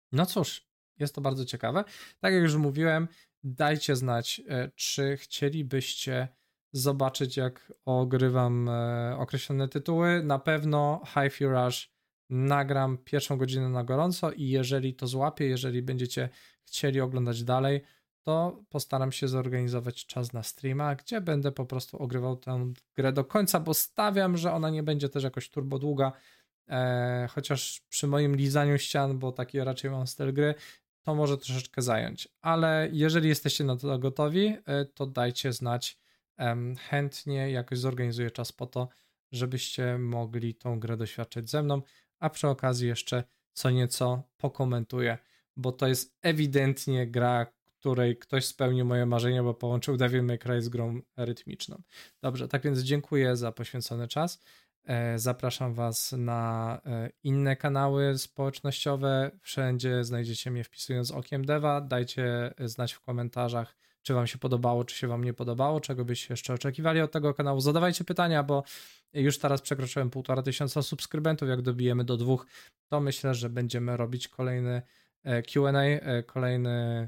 No cóż, jest to bardzo ciekawe. Tak jak już mówiłem, dajcie znać, czy chcielibyście zobaczyć, jak ogrywam określone tytuły. Na pewno Hi-Fi Rush nagram pierwszą godzinę na gorąco i jeżeli to złapię, jeżeli będziecie chcieli oglądać dalej, to postaram się zorganizować czas na streama, gdzie będę po prostu ogrywał tę grę do końca, bo stawiam, że ona nie będzie też jakoś turbo długa, chociaż przy moim lizaniu ścian, bo taki raczej mam styl gry, to może troszeczkę zająć, ale jeżeli jesteście na to gotowi, to dajcie znać, chętnie jakoś zorganizuję czas po to, żebyście mogli tą grę doświadczyć ze mną, a przy okazji jeszcze co nieco pokomentuję, bo to jest ewidentnie gra, której ktoś spełnił moje marzenie, bo połączył Devil May Cry z grą rytmiczną. Dobrze, tak więc dziękuję za poświęcony czas. Zapraszam Was na inne kanały społecznościowe. Wszędzie znajdziecie mnie wpisując Okiem Deva. Dajcie znać w komentarzach, czy Wam się podobało, czy się Wam nie podobało, czego byście jeszcze oczekiwali od tego kanału. Zadawajcie pytania, bo już teraz przekroczyłem 1500 subskrybentów. Jak dobijemy do 2, to myślę, że będziemy robić kolejny Q&A, kolejny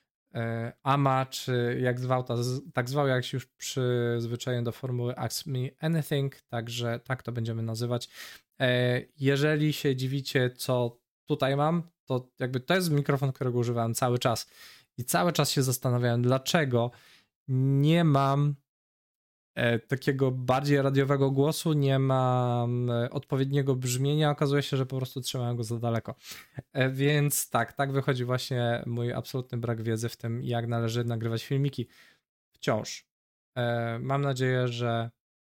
AMA, czy jak zwał, tak zwał, jak się już przyzwyczaiłem do formuły Ask Me Anything, także tak to będziemy nazywać. Jeżeli się dziwicie, co tutaj mam, to jakby to jest mikrofon, którego używałem cały czas i cały czas się zastanawiałem, dlaczego nie mam takiego bardziej radiowego głosu, nie mam odpowiedniego brzmienia, okazuje się, że po prostu trzymałem go za daleko. Więc tak wychodzi właśnie mój absolutny brak wiedzy w tym, jak należy nagrywać filmiki. Wciąż. Mam nadzieję, że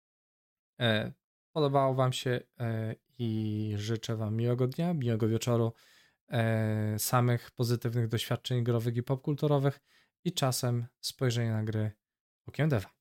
podobało Wam się i życzę Wam miłego dnia, miłego wieczoru, samych pozytywnych doświadczeń growych i popkulturowych i czasem spojrzenia na gry Okiem Deva.